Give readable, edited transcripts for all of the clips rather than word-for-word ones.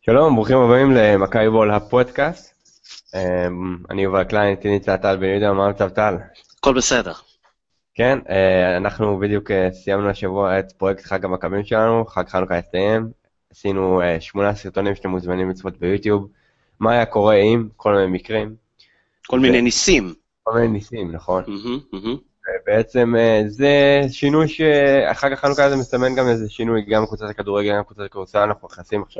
שלום, ברוכים הבאים למכבי בול הפודקאסט. אני יובל קליין, איתי נמצא טל בן יהודה, מה המצב טל? הכל בסדר. כן, אנחנו בדיוק סיימנו השבוע את פרויקט חג המכבים שלנו, חג חנוכה הסתיים, עשינו 8 סרטונים שאתם מוזמנים לצפות ביוטיוב, מה היה קורה עם כל מיני מקרים. כל מיני ניסים. כל מיני ניסים, נכון. מהמם, מהמם. בעצם זה שינוי שחג החנוכה הזה מסמן גם איזה שינוי, גם קבוצת הכדורגל, גם קבוצת הכדורסל, אנחנו נכנסים עכשיו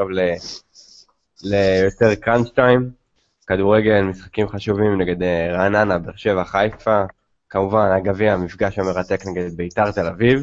ליותר קראנץ' טיים, כדורגל, משחקים חשובים נגד רעננה, באר שבע, חיפה, כמובן הגביע, המפגש המרתק נגד בית"ר תל אביב,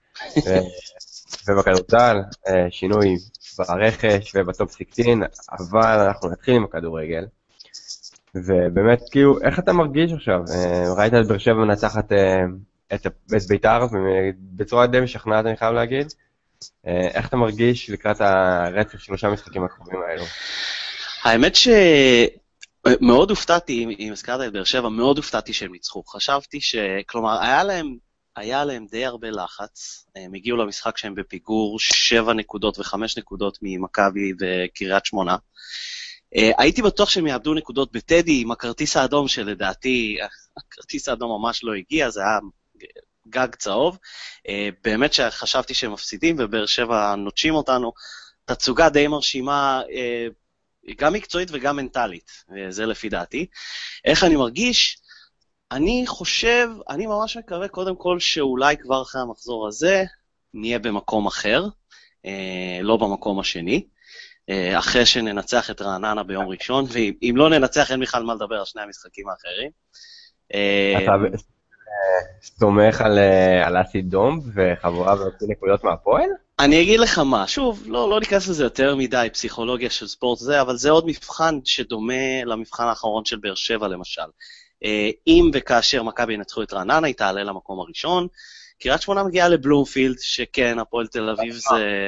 ובכדורסל, שינוי ברכש ובטופ 16, אבל אנחנו נתחיל עם הכדורגל, ובאמת כאילו, איך אתה מרגיש עכשיו? ראית את באר שבע מנצחת את בית"ר בצורה די משכנעת, אני חייב להגיד. איך אתה מרגיש לקראת הרצף 3 משחקים הקרובים האלו? האמת שמאוד הופתעתי, אם הזכרת את באר שבע, מאוד הופתעתי שהם ניצחו. חשבתי כלומר, היה להם די הרבה לחץ. הם הגיעו למשחק שהם בפיגור 7 נקודות ו5 נקודות ממכבי וקריית שמונה. הייתי בטוח שהם יאבדו נקודות בטדי עם הכרטיס האדום, שלדעתי הכרטיס האדום ממש לא הגיע, זה היה גג צהוב. באמת שחשבתי שהם מפסידים, ובאר שבע נוטשים אותנו. תצוגה די מרשימה, גם מקצועית וגם מנטלית, וזה לפי דעתי. איך אני מרגיש? אני חושב, אני ממש מקווה קודם כל שאולי כבר אחרי המחזור הזה נהיה במקום אחר, לא במקום השני, אחרי שננצח את רעננה ביום ראשון, ואם לא ננצח אין בכלל מה לדבר על שני המשחקים האחרים. אתה סומך על אסי דומב וחבורה והוציא נקודות מהפועל? אני אגיד לך מה, שוב, לא ניכנס לזה יותר מדי, פסיכולוגיה של ספורט זה, אבל זה עוד מבחן שדומה למבחן האחרון של באר שבע למשל. אם וכאשר מכבי ינצחו את רעננה, היא תעלה למקום הראשון. קריית שמונה מגיעה לבלומפילד, שכן, הפועל תל אביב זה...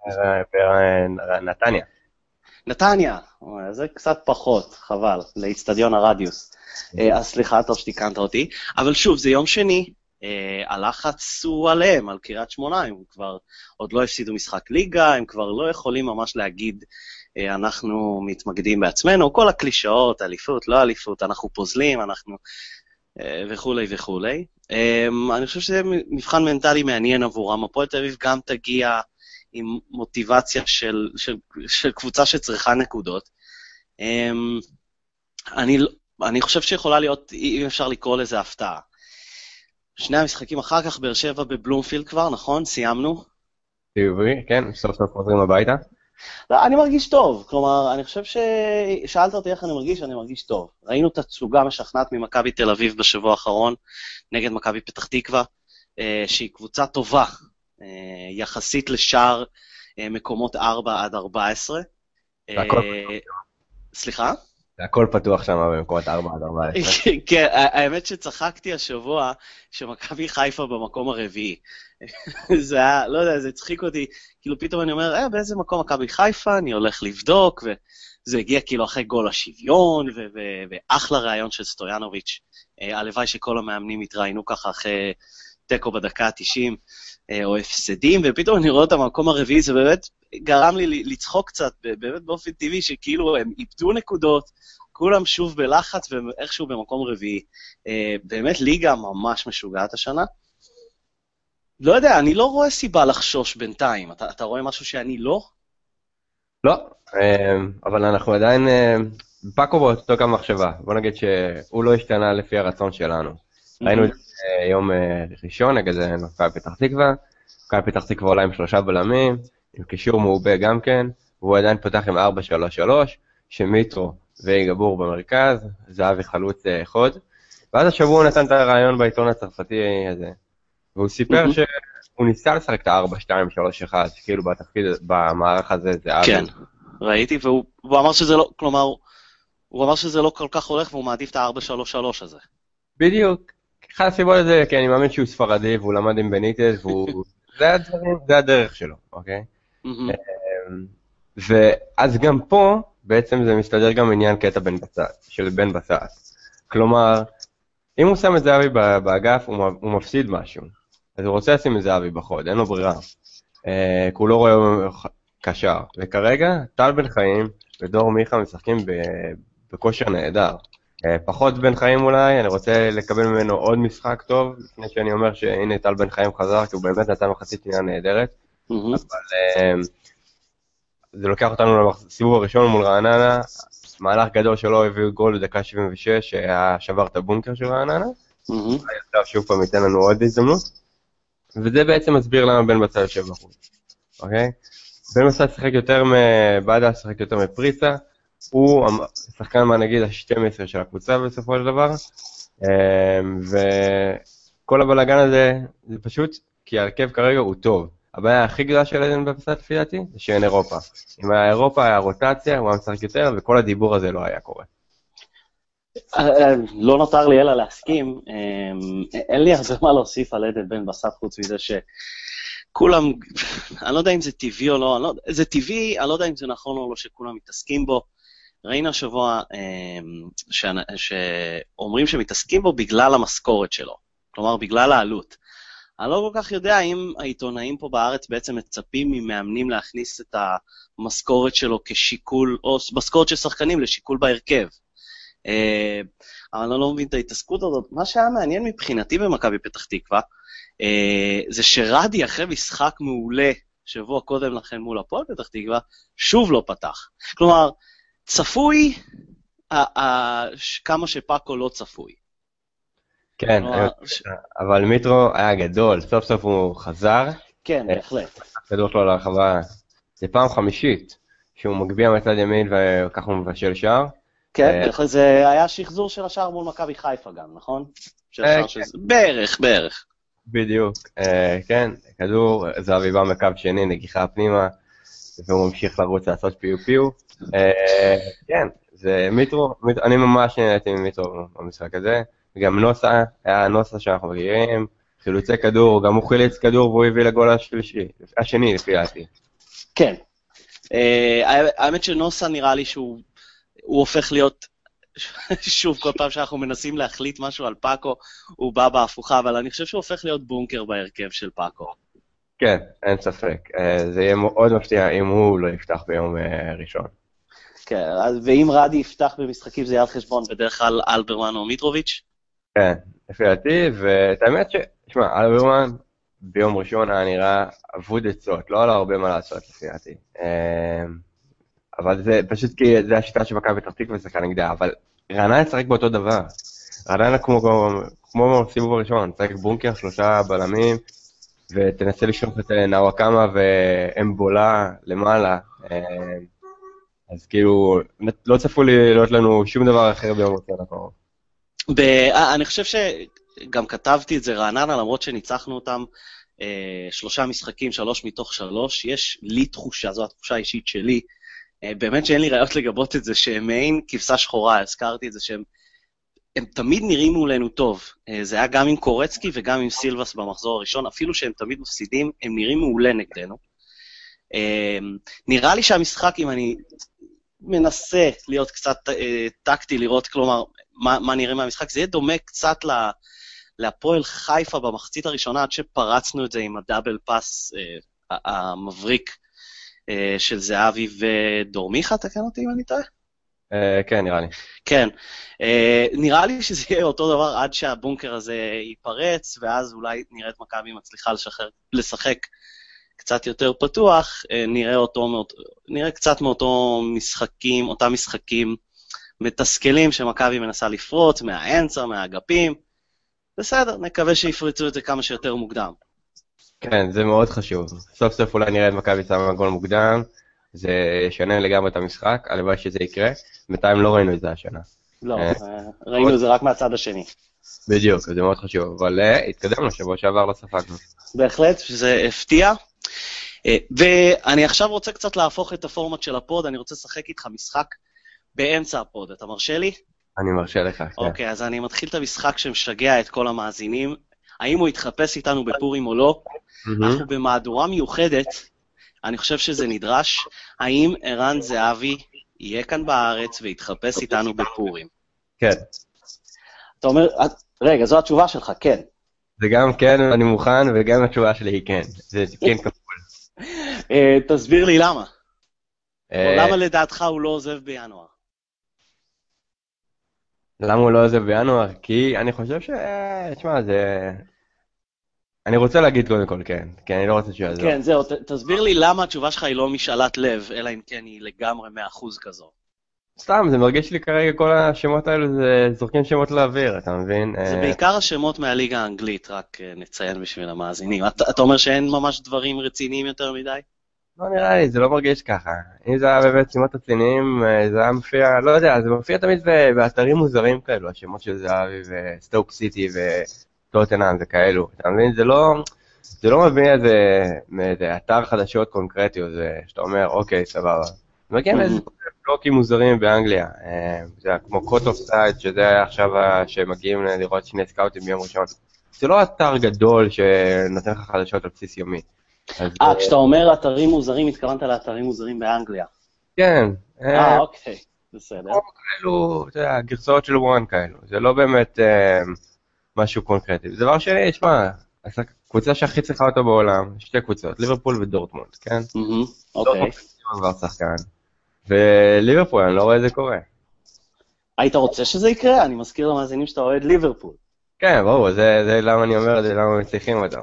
נתניה. נתניה, זה קצת פחות, חבל, לאצטדיון הרדיוס. אז סליחה, טוב שתיקנת אותי. אבל שוב, זה יום שני, הלחץ הוא עליהם, על קריית שמונה, הם כבר עוד לא הפסידו משחק ליגה, הם כבר לא יכולים ממש להגיד, אנחנו מתמקדים בעצמנו, כל הקלישאות, אליפות, לא אליפות, אנחנו פוזלים, אנחנו וכולי וכולי. אני חושב שזה מבחן מנטלי מעניין עבורם, הפועל תל אביב גם תגיע עם מוטיבציה של קבוצה שצריכה נקודות. אני חושב שיכולה להיות, אם אפשר לקרוא לזה הפתעה. שני המשחקים אחר כך, באר שבע בבלומפילד כבר, נכון? סיימנו? חיובי, כן, סוף סוף חוזרים הביתה. לא, אני מרגיש טוב, כלומר, אני חושב ששאלת אותי איך אני מרגיש טוב. ראינו את התצוגה משכנעת ממכבי תל אביב בשבוע האחרון, נגד מכבי פתח תקווה, שהיא קבוצה טובה, יחסית לשאר מקומות 4 עד 14. סליחה? זה הכל פתוח שם במקומות 4 עד 14. כן, האמת שצחקתי השבוע שמכבי חיפה במקום הרביעי. זה היה, לא יודע, זה הצחיק אותי, כאילו פתאום אני אומר, באיזה מקום מכבי חיפה, אני הולך לבדוק, וזה הגיע כאילו אחרי גול השוויון, ואחלה רעיון של סטויאנוביץ'. הלוואי שכל המאמנים התראינו ככה אחרי טקו בדקה ה-90, או הפסדים, ופתאום אני רואה את המקום הרביעי, זה באמת גרם לי לצחוק קצת, באמת באופן טבעי, שכאילו הם איבדו נקודות, כולם שוב בלחץ, ואיכשהו במקום רביעי. באמת ליגה ממש משוגעת השנה. לא יודע, אני לא רואה סיבה לחשוש בינתיים. אתה רואה משהו שאני לא? לא, אבל אנחנו עדיין פאקו באותו גם מחשבה. בוא נגיד שהוא לא השתנה לפי הרצון שלנו. ראינו את יום ראשון, נגד מכבי פתח תקווה. מכבי פתח תקווה עולה עם 3 בלמים, עם קישור מעובה גם כן, והוא עדיין פותח עם 4-3-3, שמיטרו ויגבור במרכז, זהבי חלוץ חוד. ואז השבוע הוא נתן את הרעיון בעיתון הצרפתי הזה, והוא סיפר שהוא ניסה לשחק את ה-4-2-3-1, כאילו בתפקיד, במערך הזה זה אבי. כן, ראיתי, והוא אמר שזה לא, כלומר, הוא אמר שזה לא כל כך הולך, והוא מעדיף את ה-4-3-3 הזה. בדיוק, אחד הסיבות לזה, כי אני מאמין שהוא ספרדי, והוא למד עם בניטז, זה הדרך שלו, אוקיי? ואז גם פה, בעצם זה מסתדר גם עניין קטע של בן בסט. כלומר, אם הוא שם את זהבי באגף, הוא מפסיד משהו. אז הוא רוצה לשים את זהבי בחוד, אין לו ברירה. כי הוא לא רואה, קשר, וכרגע טל בן חיים ודור מיכה משחקים בכושר נהדר. פחות בן חיים אולי, אני רוצה לקבל ממנו עוד משחק טוב, לפני שאני אומר שהנה טל בן חיים חזר, כי הוא באמת נתן מחצית שנייה נהדרת, אבל זה לוקח אותנו לסיבוב הראשון מול רעננה, מהלך גדול שלו הביאו גול בדקה 76, שהיה שבר את הבונקר של רעננה, עכשיו שוב פעם ייתן לנו עוד הזדמנות, וזה בעצם מסביר למה בן בצל יושב בחוץ, אוקיי? בן בצל שחק יותר מבאדה, שחק יותר מפריצה, הוא שחקן מה נגיד ה-12 של הקבוצה בסופו של דבר, וכל הבלגן הזה זה פשוט כי ההרכב כרגע הוא טוב. הבעיה הכי גדולה של עדן בן בצל לפי דעתי זה שאין אירופה. אם היה אירופה היה רוטציה, הוא היה משחק יותר, וכל הדיבור הזה לא היה קורה. לא נותר לי אלא להסכים, אין לי הרבה מה להוסיף על עדן בן בסט חוץ מזה שכולם, אני לא יודע אם זה טבעי או לא, זה טבעי, אני לא יודע אם זה נכון או לא שכולם מתעסקים בו, ראינו השבוע שאומרים שמתעסקים בו בגלל המשכורת שלו, כלומר בגלל העלות. אני לא כל כך יודע אם העיתונאים פה בארץ בעצם מצפים ממאמנים להכניס את המשכורת שלו כשיקול, או משכורת של שחקנים לשיקול בהרכב. אבל אני לא מבין את ההתעסקות הזאת. מה שהיה מעניין מבחינתי במכבי פתח תקווה, זה שרדי אחרי משחק מעולה שבוע קודם לכן מול הפועל פתח תקווה, שוב לא פתח. כלומר, צפוי כמה שפאקו לא צפוי. כן, אבל מיטרו היה גדול, סוף סוף הוא חזר. כן, בהחלט. הכדור שלו לרחבה, זה פעם חמישית שהוא מגביע מצד ימין וכך הוא מבשל שער. כן, זה היה שחזור של השער מול מכבי חיפה גם, נכון? בערך. בדיוק, כן, כדור, זהבי בא מקו שני, נגיחה פנימה, והוא ממשיך לרוץ לעשות פיו. כן, זה מיטרו, אני ממש נהניתי ממיטרו במשחק הזה, וגם נוסה, היה נוסה שאנחנו מגיעים, חילוצי כדור, גם הוא חילץ כדור והוא הביא לגול השני לפי דעתי. כן, האמת שנוסה נראה לי שהוא הופך להיות, שוב כל פעם שאנחנו מנסים להחליט משהו על פאקו, הוא בא בהפוכה, אבל אני חושב שהוא הופך להיות בונקר בהרכב של פאקו. כן, אין ספק, זה יהיה מאוד מפתיע אם הוא לא יפתח ביום ראשון. כן, ואם רדי יפתח במשחקים זה יהיה על חשבון בדרך כלל אלברמן או מיטרוביץ'? כן, לפי דעתי, ואת האמת תשמע, אלברמן ביום ראשון היה נראה אבוד עצות, לא היה הרבה מה לעשות לפי דעתי. אבל זה פשוט כי זה השיטה של מכבי פתח תקווה ושחקה נגדה, אבל רעננה ישחק באותו דבר. רעננה כמו בסיבוב הראשון, ישחק בונקר, 3 בלמים, ותנסה לשלוח את נאוואקמה ואמבולה למעלה. אז כאילו, לא צפו להיות לנו שום דבר אחר ביום ראשון הקרוב. אני חושב שגם כתבתי את זה רעננה, למרות שניצחנו אותם 3 משחקים, 3 מתוך 3, יש לי תחושה, זו התחושה האישית שלי, באמת שאין לי ראיות לגבות את זה, שהם מעין כבשה שחורה, הזכרתי את זה, שהם תמיד נראים מולנו טוב, זה היה גם עם קורצקי וגם עם סילבס במחזור הראשון, אפילו שהם תמיד מפסידים, הם נראים מעולה נגדנו. נראה לי שהמשחק, אם אני מנסה להיות קצת טקטי, לראות כלומר מה נראה מהמשחק, זה יהיה דומה קצת להפועל חיפה במחצית הראשונה, עד שפרצנו את זה עם הדאבל פאס המבריק של זהבי ודור מיכה, תקן אותי אם אני טועה? כן, נראה לי. כן, נראה לי שזה יהיה אותו דבר עד שהבונקר הזה ייפרץ, ואז אולי נראה את מכבי מצליחה לשחק קצת יותר פתוח, נראה קצת אותם משחקים מתסכלים שמכבי מנסה לפרוץ מהאמצע, מהאגפים, בסדר, נקווה שיפריצו את זה כמה שיותר מוקדם. כן, זה מאוד חשוב. סוף סוף אולי נראה את מכבי שמה גול מוקדם, זה ישנה לגמרי את המשחק, הלוואי שזה יקרה, בינתיים לא ראינו את זה השנה. לא, ראינו את זה רק מהצד השני. בדיוק, זה מאוד חשוב, אבל התקדמנו, שבוע שעבר לא ספגנו. בהחלט, שזה הפתיע. ואני עכשיו רוצה קצת להפוך את הפורמט של הפוד, אני רוצה לשחק איתך משחק באמצע הפוד, אתה מרשה לי? אני מרשה לך, כן. אוקיי, אז אני מתחיל את המשחק שמשגע את כל המאזינים, האם הוא יתחפש איתנו בפורים או לא, אנחנו במהדורה מיוחדת, אני חושב שזה נדרש, האם ערן זהבי יהיה כאן בארץ ויתחפש איתנו בפורים? כן. אתה אומר, רגע, זו התשובה שלך, כן. זה גם כן, אני מוכן, וגם התשובה שלי היא כן. זה כן כפול. תסביר לי למה. או למה לדעתך הוא לא עוזב בינואר? למה הוא לא עוזב בינואר? כי אני חושב תשמע, אני רוצה להגיד קודם כל כן, כי אני לא רוצה שהוא יעזוב. כן, זהו, תסביר לי למה התשובה שלך היא לא משאלת לב, אלא אם כן היא לגמרי 100% כזו. סתם, זה מרגיש לי כרגע כל השמות האלו, זה זורקים שמות לאוויר, אתה מבין? זה בעיקר השמות מהליגה האנגלית, רק נציין בשביל המאזינים. אתה אומר שאין ממש דברים רציניים יותר מדי? לא נראה לי, זה לא מרגיש ככה. אם זה היה באמת שמות רציניים, זה היה מופיע, לא יודע, זה מופיע תמיד באתרים מוזרים כאלו, השמות של זהבי וסטוק סיטי וטוטנהאם וכאלו. אתה מבין? זה לא מביא מאיזה אתר חדשות קונקרטי, זה שאתה אומר, אוקיי, סבבה. זה מגיע מאיזה בלוקים מוזרים באנגליה. זה כמו קוט אוף סייט, שזה היה עכשיו שמגיעים לראות שני סקאוטים ביום ראשון. זה לא אתר גדול שנותן לך חדשות על בסיס יומי. כשאתה אומר אתרים מוזרים, התכוונת לאתרים מוזרים באנגליה. כן. אוקיי, בסדר. כאלו, אתה יודע, גרסאות של וואן כאלו. זה לא באמת משהו קונקרטי. דבר שני, שמע, הקבוצה שהכי צריכה אותו בעולם, שתי קבוצות, ליברפול ודורטמונד, כן? אוקיי. כבר שחקן. וליברפול, אני לא רואה את זה קורה. היית רוצה שזה יקרה? אני מזכיר למאזינים שאתה אוהד ליברפול. כן, ברור, זה למה אני אומר את זה, למה מצליחים אותו.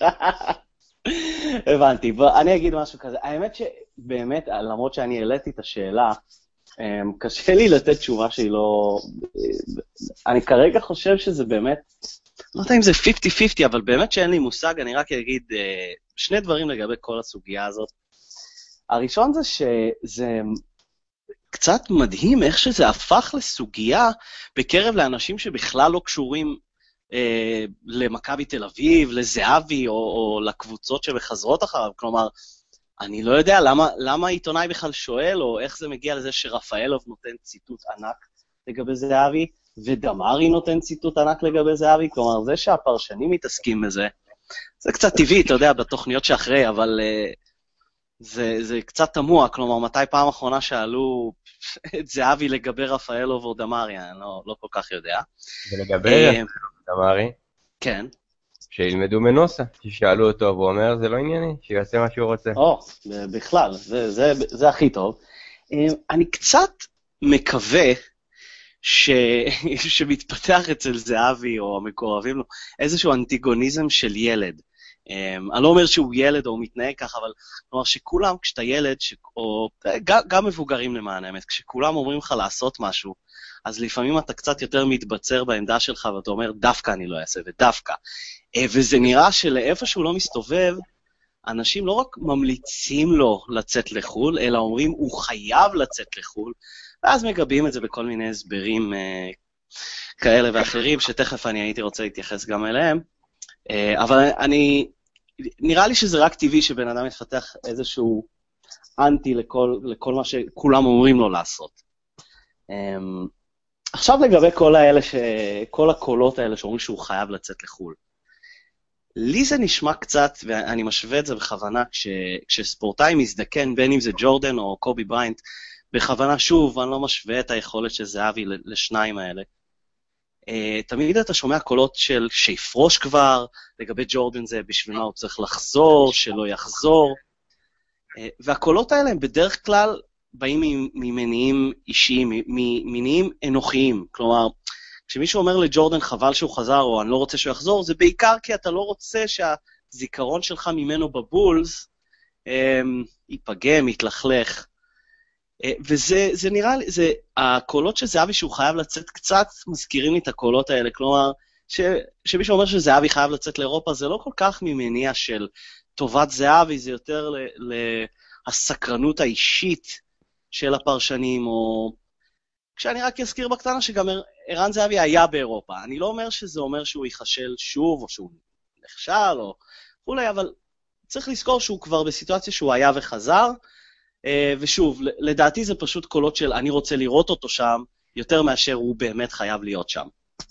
הבנתי, אני אגיד משהו כזה. האמת שבאמת, למרות שאני העליתי את השאלה, קשה לי לתת תשובה שהיא לא... אני כרגע חושב שזה באמת, לא יודע אם זה 50-50, אבל באמת שאין לי מושג, אני רק אגיד שני דברים לגבי כל הסוגיה הזאת. הראשון זה שזה קצת מדהים איך שזה הפך לסוגיה בקרב לאנשים שבכלל לא קשורים למכבי תל אביב, לזהבי או לקבוצות שמחזרות אחריו. כלומר, אני לא יודע למה עיתונאי בכלל שואל, או איך זה מגיע לזה שרפאלוב נותן ציטוט ענק לגבי זהבי, ודמרי נותן ציטוט ענק לגבי זהבי. כלומר, זה שהפרשנים מתעסקים בזה, זה קצת טבעי, אתה יודע, בתוכניות שאחרי, אבל זה קצת תמוה. כלומר, מתי פעם אחרונה שאלו את זהבי לגבי רפאלוב או דמרי? אני לא כל כך יודע. ולגבי דמרי? כן. שילמדו מנוסה, ששאלו אותו, והוא אומר, זה לא ענייני, שיעשה מה שהוא רוצה. בכלל, זה הכי טוב. אני קצת מקווה שמתפתח אצל זהבי או המקורבים לו איזשהו אנטיגוניזם של ילד. אני לא אומר שהוא ילד או הוא מתנהג ככה, אבל כלומר שכולם, כשאתה ילד, או גם מבוגרים למען האמת, כשכולם אומרים לך לעשות משהו, אז לפעמים אתה קצת יותר מתבצר בעמדה שלך, ואתה אומר, דווקא אני לא אעשה, ודווקא. וזה נראה שלאיפה שהוא לא מסתובב, אנשים לא רק ממליצים לו לצאת לחול, אלא אומרים, הוא חייב לצאת לחול, ואז מגבים את זה בכל מיני הסברים כאלה ואחרים, שתכף אני הייתי רוצה להתייחס גם אליהם. אבל נראה לי שזה רק טבעי שבן אדם יתפתח איזשהו אנטי לכל מה שכולם אומרים לו לעשות. עכשיו לגבי כל הקולות האלה שאומרים שהוא חייב לצאת לחול. לי זה נשמע קצת, ואני משווה את זה בכוונה, כשספורטאי מזדקן, בין אם זה ג'ורדן או קובי בריינט, בכוונה שוב, אני לא משווה את היכולת של זהבי לשניים האלה. תמיד אתה שומע קולות של שיפרוש כבר, לגבי ג'ורדן זה בשביל מה הוא צריך לחזור, שלא יחזור, והקולות האלה הם בדרך כלל באים ממניעים אישיים, ממניעים אנוכיים. כלומר, כשמישהו אומר לג'ורדן חבל שהוא חזר או אני לא רוצה שהוא יחזור, זה בעיקר כי אתה לא רוצה שהזיכרון שלך ממנו בבולס ייפגם, יתלכלך. וזה נראה לי, הקולות של זהבי שהוא חייב לצאת קצת מזכירים לי את הקולות האלה. כלומר, שמישהו אומר שזהבי חייב לצאת לאירופה, זה לא כל כך ממניע של טובת זהבי, זה יותר הסקרנות האישית של הפרשנים, או כשאני רק אזכיר בקטנה שגם ערן זהבי היה באירופה. אני לא אומר שזה אומר שהוא ייחשל שוב, או שהוא נכשל, או אולי, אבל צריך לזכור שהוא כבר בסיטואציה שהוא היה וחזר, ושוב, לדעתי זה פשוט קולות של אני רוצה לראות אותו שם, יותר מאשר הוא באמת חייב להיות שם.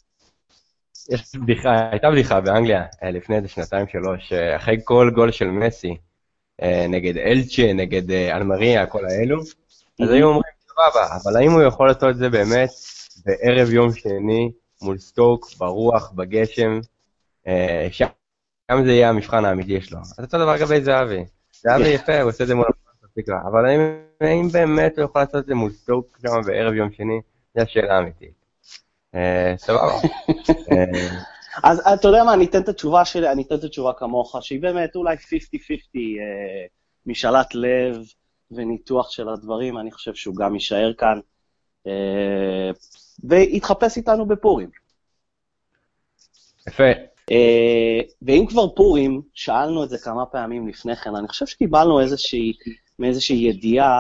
הייתה בדיחה באנגליה לפני איזה 2-3, אחרי כל גול של מסי, נגד אלצ'ה, נגד אלמריה, כל האלו, אז היו אומרים, סבבה, אבל האם הוא יכול לעשות את זה באמת בערב יום שני, מול סטוק, ברוח, בגשם, שם זה יהיה המבחן האמיתי שלו. אז אותו דבר לגבי זהבי. זה היה יפה, הוא עושה את זה מול הפסיקה. אבל האם באמת הוא יכול לעשות את זה מול סטוק שם בערב יום שני? זו השאלה האמיתית. סבבה. אז אתה יודע מה, אני אתן את התשובה שלי, אני אתן את התשובה כמוך, שהיא באמת אולי 50-50 משאלת לב וניתוח של הדברים, אני חושב שהוא גם יישאר כאן, והתחפש איתנו בפורים. יפה. ואם כבר פורים, שאלנו את זה כמה פעמים לפני כן, אני חושב שקיבלנו מאיזושהי ידיעה,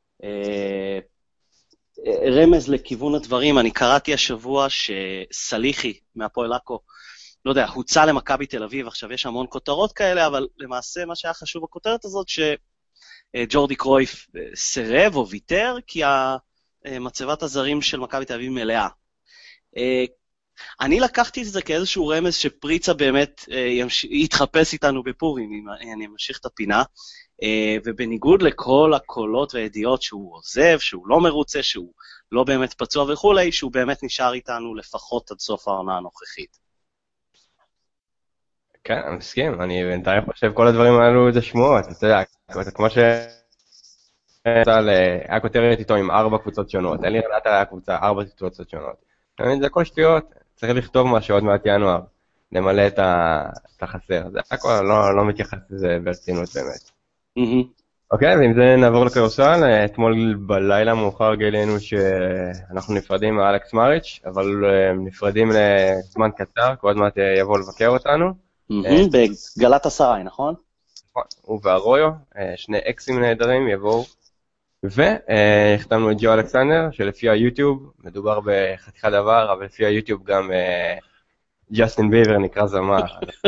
רמז לכיוון הדברים. אני קראתי השבוע שסליחי מהפועל עכו, לא יודע, הוצא למכבי תל אביב, עכשיו יש המון כותרות כאלה, אבל למעשה מה שהיה חשוב בכותרת הזאת, שג'ורדי קרויף סירב או ויתר, כי מצבת הזרים של מכבי תל אביב מלאה. אני לקחתי את זה כאיזשהו רמז שפריצה באמת יתחפש איתנו בפורים, אם אני ממשיך את הפינה, ובניגוד לכל הקולות והידיעות שהוא עוזב, שהוא לא מרוצה, שהוא לא באמת פצוע וכולי, שהוא באמת נשאר איתנו לפחות עד סוף העונה הנוכחית. כן, אני מסכים, אני בינתיים חושב כל הדברים האלו זה שמועות, אתה יודע, כמו היה כותרת איתו עם 4 קבוצות שונות, אין לי רדעת היה קבוצה 4 קבוצות שונות. זה הכל שטויות, צריך לכתוב משהו עוד מעט ינואר, למלא את החסר, זה הכל, לא מתייחס לזה ברצינות באמת. אוקיי, ועם זה נעבור לכדורסל. אתמול בלילה מאוחר גילינו שאנחנו נפרדים מאלכס מריץ', אבל נפרדים לזמן קצר, כי עוד מעט יבוא לבקר אותנו. בגלת הסריי, נכון? הוא והרויו, שני אקסים נהדרים יבואו. והחתמנו את ג'ו אלכסנדר, שלפי היוטיוב, מדובר בחתיכה דבר, אבל לפי היוטיוב גם ג'סטין ביבר נקרא זמר.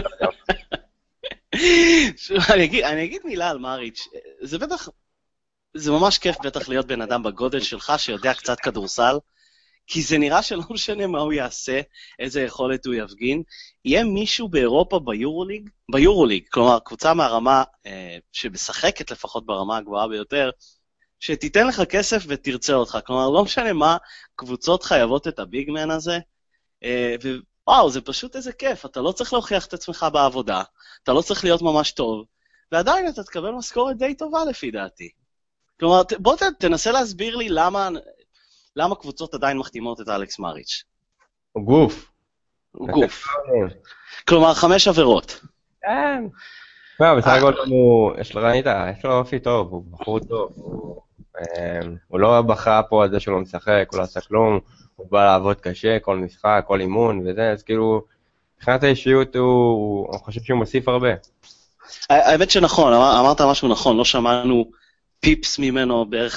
אני אגיד מילה על מריץ', זה ממש כיף בטח להיות בן אדם בגודל שלך שיודע קצת כדורסל, כי זה נראה שלא משנה מה הוא יעשה, איזה יכולת הוא יפגין, יהיה מישהו באירופה ביורוליג, כלומר קבוצה מהרמה שמשחקת לפחות ברמה הגבוהה ביותר, שתיתן לך כסף ותרצה אותך, כלומר לא משנה מה קבוצות חייבות את הביגמן הזה, וואו, זה פשוט איזה כיף, אתה לא צריך להוכיח את עצמך בעבודה, אתה לא צריך להיות ממש טוב, ועדיין אתה תקבל משכורת די טובה לפי דעתי. כלומר, בוא תנסה להסביר לי למה קבוצות עדיין מחתימות את אלכס מריץ'. הוא גוף. הוא גוף. כלומר, 5 עבירות. כן. בסך הכל יש לו אופי טוב, הוא בחור טוב. הוא לא בכה פה על זה שהוא לא משחק, הוא לא עשה כלום, הוא בא לעבוד קשה, כל משחק, כל אימון וזה, אז כאילו, מבחינת האישיות הוא חושב שהוא מוסיף הרבה. האמת שנכון, אמרת משהו נכון, לא שמענו פיפס ממנו בערך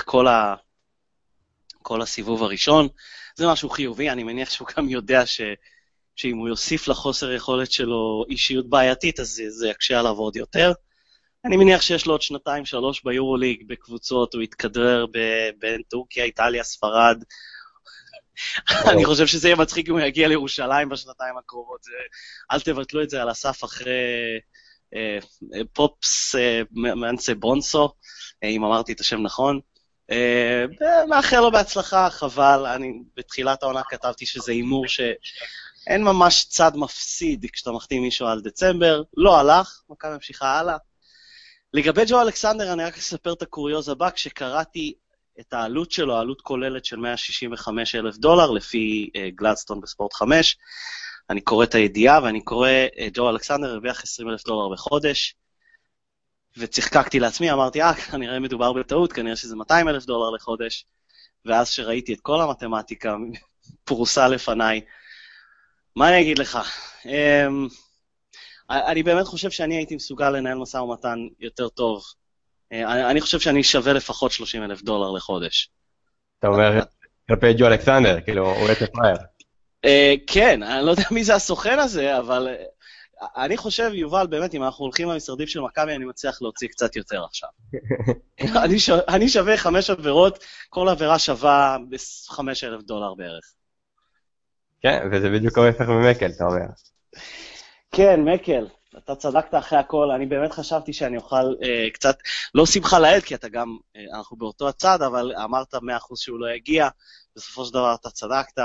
כל הסיבוב הראשון, זה משהו חיובי, אני מניח שהוא גם יודע שאם הוא יוסיף לחוסר יכולת שלו אישיות בעייתית, אז זה יקשה עליו עוד יותר. אני מניח שיש לו עוד 2-3 ביורוליג בקבוצות, הוא יתכדרר בין טורקיה, איטליה, ספרד. אני חושב שזה יהיה מצחיק אם הוא יגיע לירושלים בשנתיים הקרובות. אל תבטלו את זה על הסף אחרי פופס מאנסה בונסו, אם אמרתי את השם נכון. מאחל לו בהצלחה, חבל. אני בתחילת העונה כתבתי שזה אימור שאין ממש צד מפסיד כשאתה מחתים מישהו על דצמבר. לא הלך, מכבי ממשיכה הלאה. לגבי ג'ו אלכסנדר, אני רק אספר את הקוריוז הבא, כשקראתי את העלות שלו, העלות כוללת של $165,000, לפי גלדסטון בספורט 5, אני קורא את הידיעה, ואני קורא, ג'ו אלכסנדר הרוויח $20,000 בחודש, וצחקקתי לעצמי, אמרתי, כנראה מדובר בטעות, כנראה שזה $200,000 לחודש, ואז שראיתי את כל המתמטיקה פרוסה לפניי, מה אני אגיד לך? אני באמת חושב שאני הייתי מסוגל לנהל משא ומתן יותר טוב. אני חושב שאני שווה לפחות $30,000 לחודש. אתה אומר, כלפי ג'ו אלכסנדר, כאילו, הוא רצה פרייר. כן, אני לא יודע מי זה הסוכן הזה, אבל אני חושב, יובל, באמת, אם אנחנו הולכים למשרדים של מכבי, אני מצליח להוציא קצת יותר עכשיו. אני שווה 5 עבירות, כל עבירה שווה $5,000 בערך. כן, וזה בדיוק ההפך ממקל, אתה אומר. כן, מקל, אתה צדקת אחרי הכל, אני באמת חשבתי שאני אוכל קצת, לא שמחה לעד, כי אתה גם, אנחנו באותו הצד, אבל אמרת 100% שהוא לא יגיע, בסופו של דבר אתה צדקת.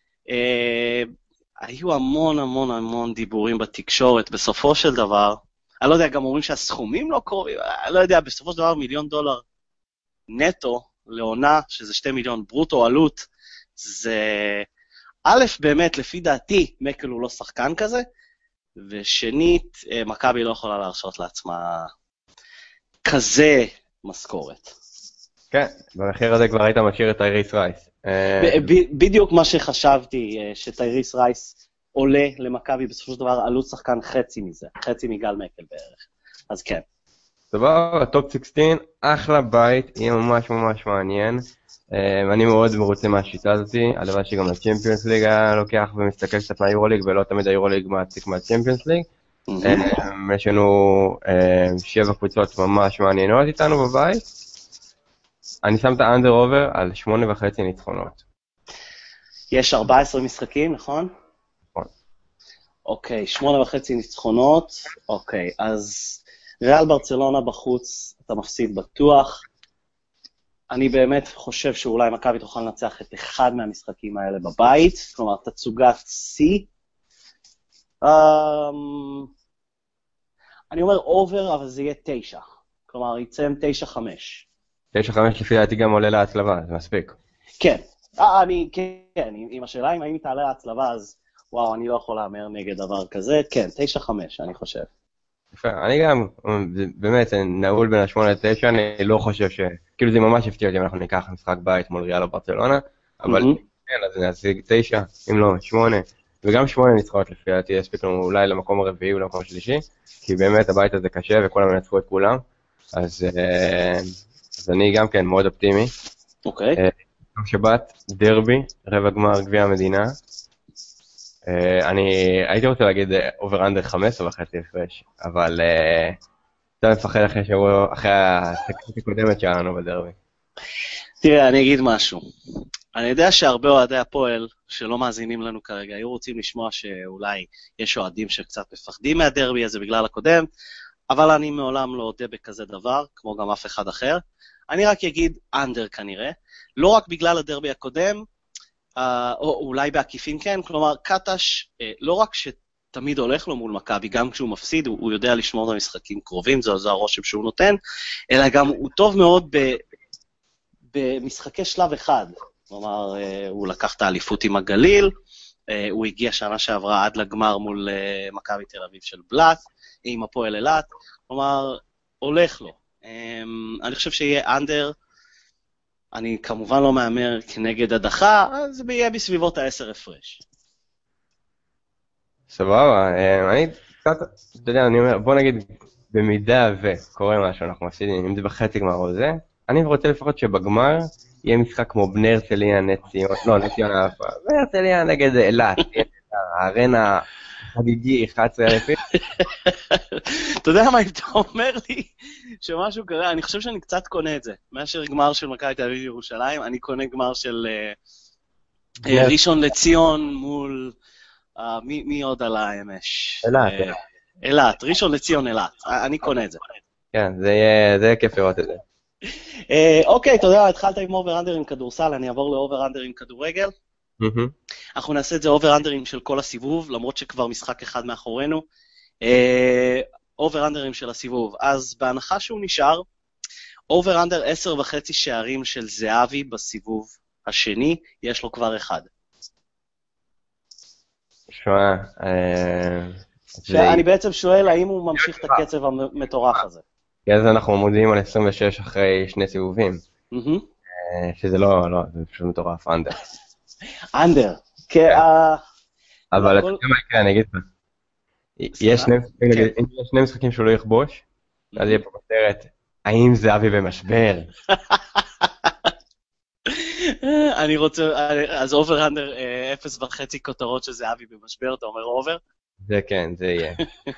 היו המון דיבורים בתקשורת, בסופו של דבר, אני לא יודע, גם אומרים שהסכומים לא קרובים, אני לא יודע, בסופו של דבר $1 מיליון נטו לעונה, שזה 2 מיליון ברוטו עלות, זה א', באמת, לפי דעתי, מקל הוא לא שחקן כזה, ושנית, מכבי לא יכולה להרשות לעצמה כזה משכורת. כן, במחיר הזה כבר היית משאיר את טייריס רייס. בדיוק מה שחשבתי, שטייריס רייס עולה למכבי, בסופו של דבר עלות שחקן חצי מזה, חצי מגל מקל בערך. אז כן. סבבה, טופ 16, אחלה בית, יהיה ממש ממש מעניין. אני מאוד מרוצה מהשיטה הזאת, הלוואי שגם לצ'מפיונס ליג היה לוקח ומסתכל קצת מהיורוליג, ולא תמיד היורוליג מעתיק מהצ'מפיונס ליג. יש לנו 7 קבוצות ממש מעניינות איתנו בבית. אני שם את האנדר אובר על 8.5 ניצחונות. יש 14 משחקים, נכון? נכון. אוקיי, 8.5 ניצחונות. אוקיי, אז ריאל ברצלונה בחוץ, אתה מפסיד בטוח. אני באמת חושב שאולי מכבי תוכל לנצח את אחד מהמשחקים האלה בבית, כלומר, תצוגת C. אני אומר אובר, אבל זה יהיה 9. כלומר, יצאים 9-5. 9-5 לפי דעתי גם עולה להצלבה, זה מספיק. כן, כן, עם השאלה אם היא תעלה להצלבה, אז וואו, אני לא יכול לאמר נגד דבר כזה. כן, 9-5, אני חושב. יפה, אני גם, באמת, נעול בין 8 ל-9, אני לא חושב כאילו זה ממש הפתיע אותי אם אנחנו ניקח משחק בית מול ריאל או ברצלונה, אבל כן, אז נשיג 9, אם לא 8, וגם 8 ניצחונות לפי דעתי, יספיק לנו אולי למקום הרביעי או למקום השלישי, כי באמת הבית הזה קשה וכולם ינצחו את כולם, אז אני גם כן מאוד אופטימי. אוקיי. יום שבת, דרבי, רבע גמר גביע המדינה. אני הייתי רוצה להגיד אובר אנדר 15.5 הפרש, אבל אתה מפחד אחרי התקציב הקודמת שלנו בדרבי. תראה, אני אגיד משהו. אני יודע שהרבה אוהדי הפועל שלא מאזינים לנו כרגע, היו רוצים לשמוע שאולי יש אוהדים שקצת מפחדים מהדרבי הזה בגלל הקודם, אבל אני מעולם לא אודה בכזה דבר, כמו גם אף אחד אחר. אני רק אגיד אנדר כנראה, לא רק בגלל הדרבי הקודם, או אולי בעקיפין כן, כלומר, קטש לא רק שתמיד הולך לו מול מכבי, גם כשהוא מפסיד, הוא יודע לשמור את המשחקים קרובים, זה הרושם שהוא נותן, אלא גם הוא טוב מאוד במשחקי שלב אחד, כלומר, הוא לקח את האליפות עם הגליל, הוא הגיע שנה שעברה עד לגמר מול מכבי תל אביב של בלאט, עם הפועל אילת, כלומר, הולך לו. אני חושב שיהיה אנדר, אני כמובן לא מאמר כנגד הדחה, אז זה יהיה בסביבות 10 הפרש. סבבה, אני קצת, אתה יודע, אני אומר, בוא נגיד, במידה וקורה משהו, אנחנו מפסידים, אם זה בחצי גמר או זה, אני רוצה לפחות שבגמר יהיה משחק כמו בני הרצליה, נס ציונה, לא, נס ציונה, בני הרצליה נגד אילת, הארנה חגיגי, 11,000. אתה יודע מה, אם אתה אומר לי שמשהו קרה, אני חושב שאני קצת קונה את זה. מאשר גמר של מכבי תל אביב ירושלים, אני קונה גמר של ראשון לציון מול, מי עוד עלה אמש? אילת. אילת, ראשון לציון אילת, אני קונה את זה. כן, זה יהיה כיף לראות את זה. אוקיי, אתה יודע, התחלת עם אובר-אנדר עם כדורסל, אני אעבור לאובר-אנדר עם כדורגל. אנחנו נעשה את זה אובר-אנדרים של כל הסיבוב, למרות שכבר משחק אחד מאחורינו. אובר-אנדרים של הסיבוב. אז בהנחה שהוא נשאר, אובר-אנדר 10.5 שערים של זהבי בסיבוב השני, יש לו כבר אחד. שומע, אני בעצם שואל, האם הוא ממשיך את הקצב המטורף הזה? אז אנחנו עומדים על 26 אחרי 2 סיבובים. שזה לא, זה פשוט מטורף, אנדר. אנדר, אבל אתה יודע מה יקרה, אני אגיד לך. יש 2 משחקים שהוא לא יכבוש, אז יהיה פה בסרט, האם זהבי במשבר? אני רוצה, אז אובר אנדר 0.5 כותרות של זהבי במשבר, אתה אומר אובר? זה כן, זה יהיה.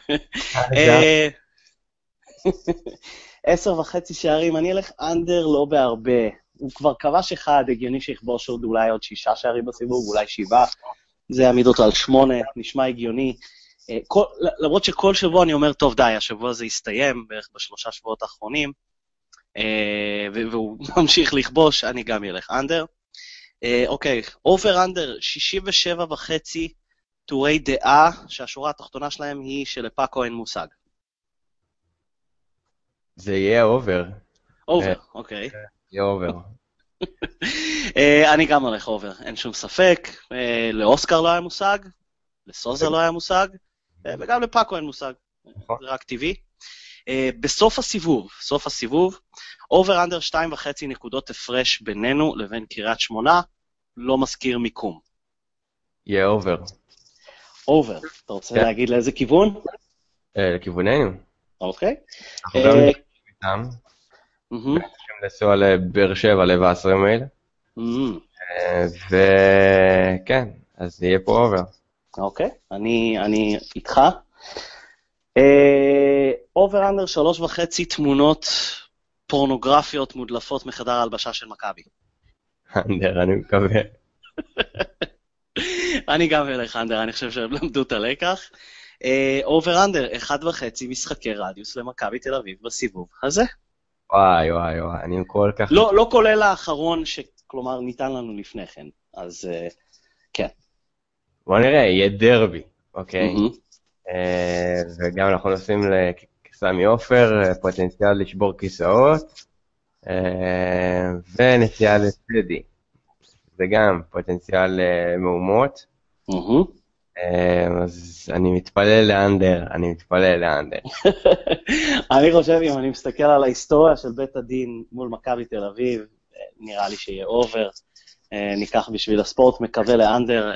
10.5 שערים, אני אלך אנדר לא בהרבה. הוא כבר כבש אחד, הגיוני שיכבוש אולי עוד 6 שערים בסיבוב, אולי 7. זה יעמיד אותו על 8, נשמע הגיוני. למרות שכל שבוע אני אומר, טוב די, השבוע הזה יסתיים, בערך ב3 שבועות האחרונים, והוא ממשיך לכבוש, אני גם ילך אנדר. אוקיי, אובר אנדר 67.5 טורי דעה, שהשורה התחתונה שלהם היא שלפאקו אין מושג. זה יהיה אובר. אובר, אוקיי. יהיה אובר. אני גם הולך אובר, אין שום ספק. לאוסקר לא היה מושג, לסוזה לא היה מושג, וגם לפאקו אין מושג. זה רק טבעי. בסוף הסיבוב, אובר אנדר 2.5 נקודות הפרש בינינו לבין קריית שמונה, לא מזכיר מיקום. יהיה אובר. אובר, אתה רוצה להגיד לאיזה כיוון? לכיווננו. אוקיי. אנחנו גם נפגשים איתם. צריכים לנסוע לבאר שבע ל-20 מייל. וכן, אז יהיה פה אובר. אוקיי, אני איתך. אובר אנדר 3.5 תמונות פורנוגרפיות מודלפות מחדר ההלבשה של מכבי. אנדר, אני מקווה. אני גם אלך אנדר, אני חושב שהם למדו את הלקח. אובר אנדר 1.5 משחקי רדיוס למכבי תל אביב בסיבוב הזה. וואי, אני כל כך... לא כולל האחרון שכלומר ניתן לנו לפני כן, אז כן. בוא נראה, יהיה דרבי, אוקיי? וגם אנחנו נוסעים לסמי עופר, פוטנציאל לשבור כיסאות, ונסיעה לסטדי. זה גם פוטנציאל מהומות. אז אני מתפלל לאנדר. אני חושב, אם אני מסתכל על ההיסטוריה של בית הדין מול מכבי תל אביב, נראה לי שיהיה אובר. ניקח בשביל הספורט, מקווה לאנדר.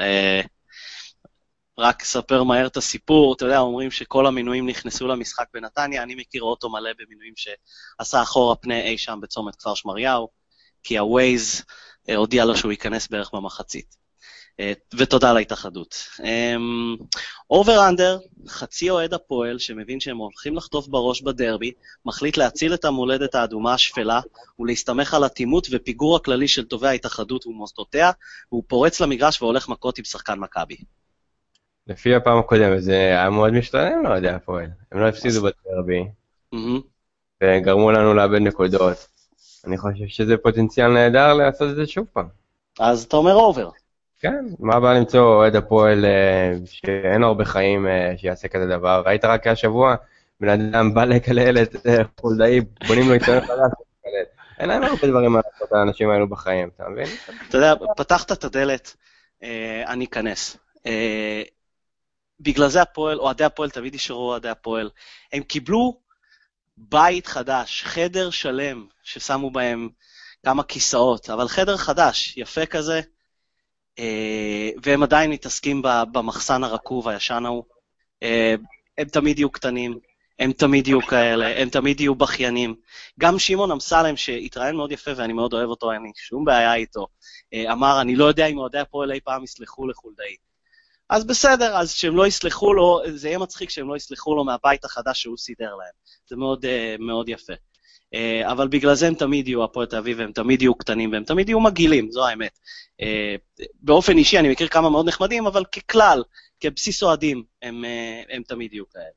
רק ספר מהר את הסיפור, אתה יודע, אומרים שכל המינויים נכנסו למשחק בנתניה, אני מכיר אוטו מלא במינויים שעשה אחורה פני אי שם בצומת כפר שמריהו, כי הווייז הודיע לו שהוא ייכנס בערך במחצית. ותודה להתאחדות. אובר אנדר, חצי אוהד הפועל שמבין שהם הולכים לחטוף בראש בדרבי, מחליט להציל את המולדת האדומה השפלה ולהסתמך על התימות ופיגור הכללי של טובי ההתאחדות ומוסדותיה, והוא פורץ למגרש והולך מכות עם שחקן מכבי. לפי הפעם הקודמת זה היה מאוד משתלם, לא יודע, הפועל. הם לא הפסידו בדרבי, וגרמו לנו לאבד נקודות. אני חושב שזה פוטנציאל נהדר לעשות את זה שוב פעם. אז אתה אומר אובר. כן, מה בא למצוא אוהד הפועל שאין הרבה חיים שיעשה כזה דבר? ראית רק השבוע, בן אדם בא לקלל את חולדאי, בונים לו עיתון חדש, אין להם הרבה דברים מה לעשות האנשים האלו בחיים, אתה מבין? אתה יודע, פתחת את הדלת, אני אכנס. בגלל זה הפועל, אוהדי הפועל, תמיד ישרו אוהדי הפועל, הם קיבלו בית חדש, חדר שלם, ששמו בהם כמה כיסאות, אבל חדר חדש, יפה כזה, והם עדיין מתעסקים במחסן הרקוב הישן ההוא. הם תמיד יהיו קטנים, הם תמיד יהיו כאלה, הם תמיד יהיו בכיינים. גם שמעון אמסלם, שהתראיין מאוד יפה ואני מאוד אוהב אותו, אין לי שום בעיה איתו, אמר, אני לא יודע אם אוהדי הפועל אי פעם יסלחו לחולדאי. אז בסדר, אז שהם לא יסלחו לו, זה יהיה מצחיק שהם לא יסלחו לו מהבית החדש שהוא סידר להם. זה מאוד, מאוד יפה. אבל בגלל זה הם תמיד יהיו הפועל תל אביב, והם תמיד יהיו קטנים, והם תמיד יהיו מגעילים, זו האמת. באופן אישי אני מכיר כמה מאוד נחמדים, אבל ככלל, כבסיס אוהדים, הם תמיד יהיו כאלה.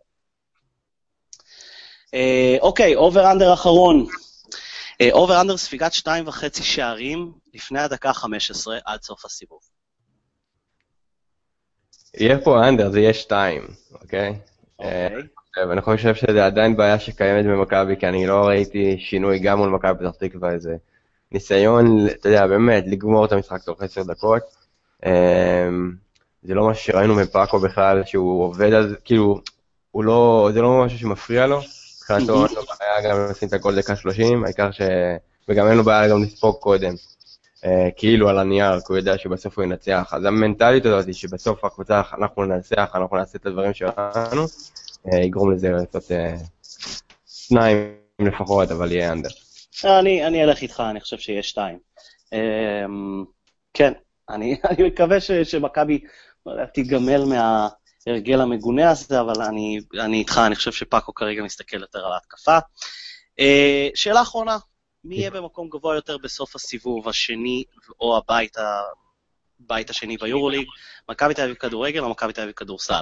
אוקיי, אובר אנדר אחרון. אובר אנדר ספיגת 2.5 שערים לפני הדקה 15 עד סוף הסיבוב. יהיה פה אנדר, זה יהיה 2, אוקיי? ואני חושב שזה עדיין בעיה שקיימת במכבי, כי אני לא ראיתי שינוי גם מול מכבי פתח תקווה, איזה ניסיון, אתה יודע, באמת, לגמור את המשחק תוך 10 דקות. זה לא מה שראינו מפאקו בכלל, שהוא עובד על זה, כאילו, זה לא משהו שמפריע לו, מבחינתו אין לו בעיה גם לשים את הכל דקה 30, העיקר וגם אין לו בעיה גם לספוג קודם. כאילו על הנייר, כי הוא יודע שבסוף הוא ינצח. אז המנטלית הזאת שבסוף הקבוצה אנחנו ננצח, אנחנו נעשה את הדברים שלנו, יגרום לזה לעשות 2 לפחות, אבל יהיה אנדר. אני אלך איתך, אני חושב שיהיה 2. כן, אני מקווה שמכבי תיגמל מההרגל המגונה הזה, אבל אני איתך, אני חושב שפאקו כרגע מסתכל יותר על ההתקפה. שאלה אחרונה, מי יהיה במקום גבוה יותר בסוף הסיבוב השני, או הבית השני ביורוליג, מכבי תל אביב כדורגל או מכבי תל אביב כדורסל?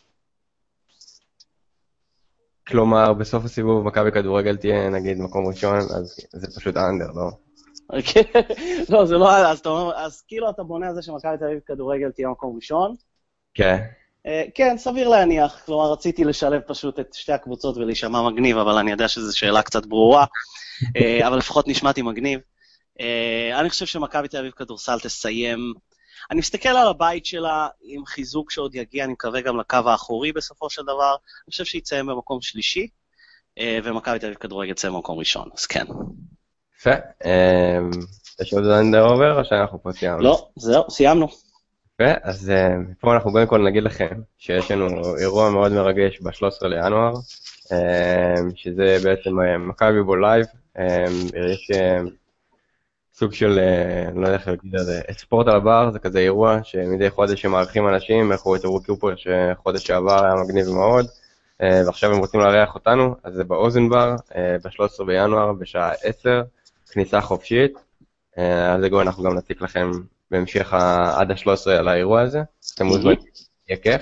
כלומר, בסוף הסיבוב מכבי כדורגל תהיה נגיד מקום ראשון, אז זה פשוט אנדר, לא? לא, זה לא, אז כאילו אתה בונה על זה שמכבי תל אביב כדורגל תהיה מקום ראשון? כן. כן, סביר להניח. כלומר, רציתי לשלב פשוט את שתי הקבוצות ולהישמע מגניב, אבל אני יודע שזו שאלה קצת ברורה, אבל לפחות נשמעתי מגניב. אני חושב שמכבי תל אביב כדורסל תסיים. אני מסתכל על הבית שלה עם חיזוק שעוד יגיע, אני מקווה גם לקו האחורי בסופו של דבר. אני חושב שיצאים במקום שלישי, ומכבי תל אביב כדורגל יצאים במקום ראשון, אז כן. יפה. יש עוד אנדר עובר או שאנחנו פה סיימנו? לא, זהו, סיימנו. יפה, אז פה אנחנו קודם כל נגיד לכם שיש לנו אירוע מאוד מרגש ב-13 לינואר, שזה בעצם מכבי בו לייב. יש סוג של, לא יודע איך להגיד את זה, ספורט על הבר, זה כזה אירוע שמדי חודש שמארחים אנשים, אנחנו את אירוע קיופר שחודש שעבר היה מגניב מאוד, ועכשיו הם רוצים לארח אותנו, אז זה באוזן בר, ב-13 בינואר בשעה 10, כניסה חופשית, אז זה אנחנו גם נציק לכם בהמשך עד ה-13 על האירוע הזה, אתם מוזמנים, יהיה כיף.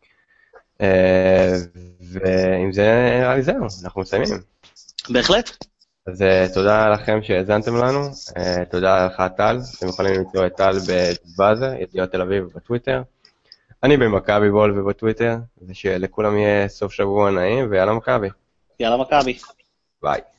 ועם זה נראה לי זהו, אנחנו מסיימים. בהחלט. אז תודה לכם שהאזנתם לנו, תודה לך טל, אתם יכולים למצוא את טל בבאזה, ידיעות תל אביב בטוויטר, אני במכבי בול ובטוויטר, ושלכולם יהיה סוף שבוע נעים, ויאללה מכבי. יאללה מכבי. ביי.